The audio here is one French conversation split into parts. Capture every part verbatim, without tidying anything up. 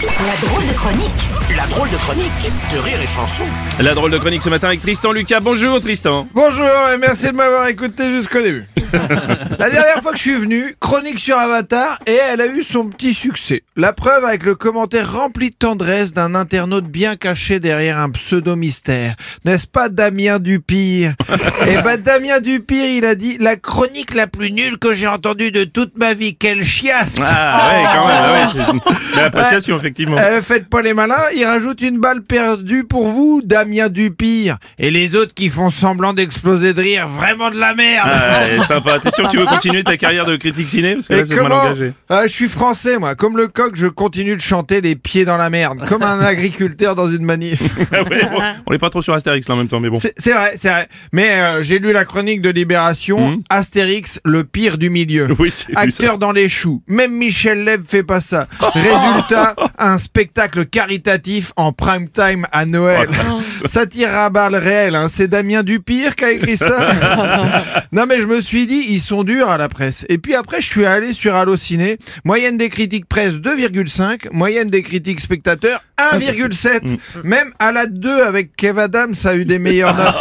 La drôle de chronique. La drôle de chronique de Rire et Chanson. La drôle de chronique ce matin avec Tristan Lucas. Bonjour Tristan. Bonjour et merci de m'avoir écouté jusqu'au début. La dernière fois que je suis venu, chronique sur Avatar, et elle a eu son petit succès. La preuve avec le commentaire rempli de tendresse d'un internaute bien caché derrière un pseudo-mystère. N'est-ce pas Damien Dupire? Et bah Damien Dupire, il a dit « La chronique la plus nulle que j'ai entendue de toute ma vie, quelle chiasse !» Ah ouais, quand même, ah ouais, c'est une appréciation effectivement. Euh, faites pas les malins, il rajoute une balle perdue pour vous, Damien Dupire. Et les autres qui font semblant d'exploser de rire, vraiment de la merde. Ah, ouais, sympa. T'es sûr que tu veux continuer ta carrière de critique ciné? Parce que là, Et c'est mal comment engagé. Ah, je suis français, moi. Comme le coq, je continue de chanter les pieds dans la merde, comme un agriculteur dans une manif. Ah ouais, bon, on est pas trop sur Astérix là en même temps, mais bon. C'est c'est vrai, c'est vrai. Mais euh, j'ai lu la chronique de Libération. Mmh. Astérix, le pire du milieu. Oui, j'ai vu Acteur dans les choux. Même Michel Leb fait pas ça. Résultat, un spectacle caritatif en prime time à Noël. Ça tire à balles réelles, hein. C'est Damien Dupire qui a écrit ça. Non mais je me suis dit, ils sont durs à la presse. Et puis après, je suis allé sur Allociné. Moyenne des critiques presse deux virgule cinq. Moyenne des critiques spectateurs un virgule sept. Même à la deux avec Kev Adams, ça a eu des meilleures notes.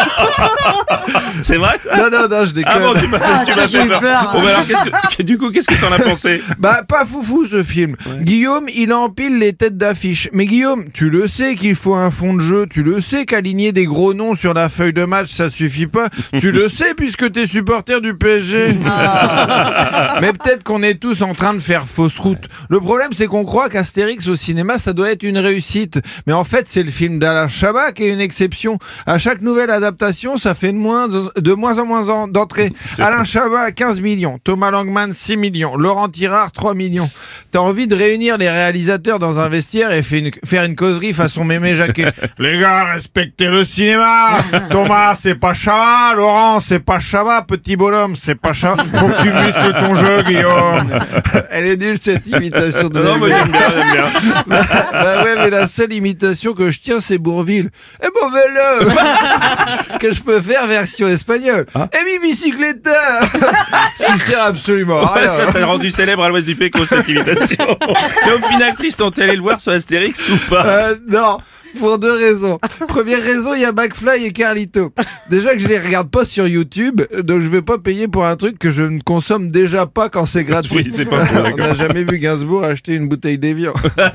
C'est vrai ça? Non, non, non, je déconne. Ah bon, tu m'as tu m'as fait peur. Bon, bah alors, qu'est-ce que, du coup, qu'est-ce que t'en as pensé? Bah, pas foufou ce film. Ouais. Guillaume, il empile les têtes d'affiche. Mais Guillaume, tu le sais qu'il faut un fond de jeu. Tu le sais qu'aligner des gros noms sur la feuille de match, ça suffit pas. Tu le sais puisque t'es supporter du P S G. Mais peut-être qu'on est tous en train de faire fausse route. Le problème, c'est qu'on croit qu'Astérix au cinéma, ça doit être une réussite. Mais en fait, c'est le film d'Alain Chabat qui est une exception. À chaque nouvelle adaptation, ça fait de moins, de moins en moins d'entrées. Alain Chabat, quinze millions. Thomas Langman, six millions. Laurent Tirard, trois millions. T'as envie de réunir les réalisateurs dans un vestiaire et faire une, faire une causerie façon Mémé Jacquet. Les gars, respectez le cinéma. Thomas, c'est pas Chabat. Laurent, c'est pas Chabat. Petit bonhomme, c'est pas Chabat. Faut que tu muscles ton jeu, Guillaume. Elle est nulle, cette imitation de Non, moi j'aime bien, j'aime bien. bah, bah ouais, mais la seule imitation que je tiens, c'est Bourvil. Eh bon vélo que je peux faire version espagnole. Ah. Eh mi bicicleta ce qui sert absolument à Ouais, rien. ça t'a rendu célèbre à l'ouest du Péco cette imitation. Mais au final, Tristan, t'es allé le voir sur Astérix ou pas? Euh, non, pour deux raisons. Première raison, il y a McFly et Carlito. Déjà que je les regarde pas sur YouTube, donc je vais pas payer pour un truc que je ne consomme déjà pas quand c'est gratuit. Oui, c'est pas faux, On d'accord. n'a jamais vu Gainsbourg acheter une bouteille d'Evian.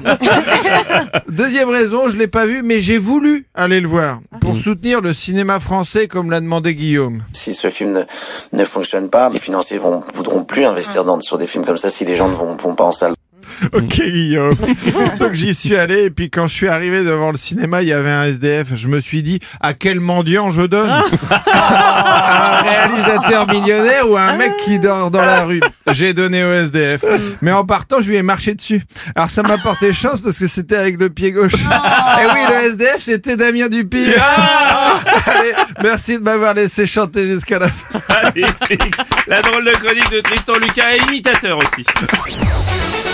Deuxième raison, je l'ai pas vu, mais j'ai voulu aller le voir pour soutenir le cinéma français comme l'a demandé Guillaume. Si ce film ne, ne fonctionne pas, les financiers vont, voudront plus investir dans, sur des films comme ça si les gens ne vont, vont pas en salle. Ok Guillaume. Donc j'y suis allé et puis quand je suis arrivé devant le cinéma, il y avait un S D F. Je me suis dit, à quel mendiant je donne? Un réalisateur millionnaire ou un mec qui dort dans la rue? J'ai donné au S D F. Mais en partant, je lui ai marché dessus. Alors ça m'a porté chance parce que c'était avec le pied gauche. Et oui, le S D F, c'était Damien Dupire. Allez, merci de m'avoir laissé chanter jusqu'à la fin. Magnifique. La drôle de chronique de Tristan Lucas et imitateur aussi.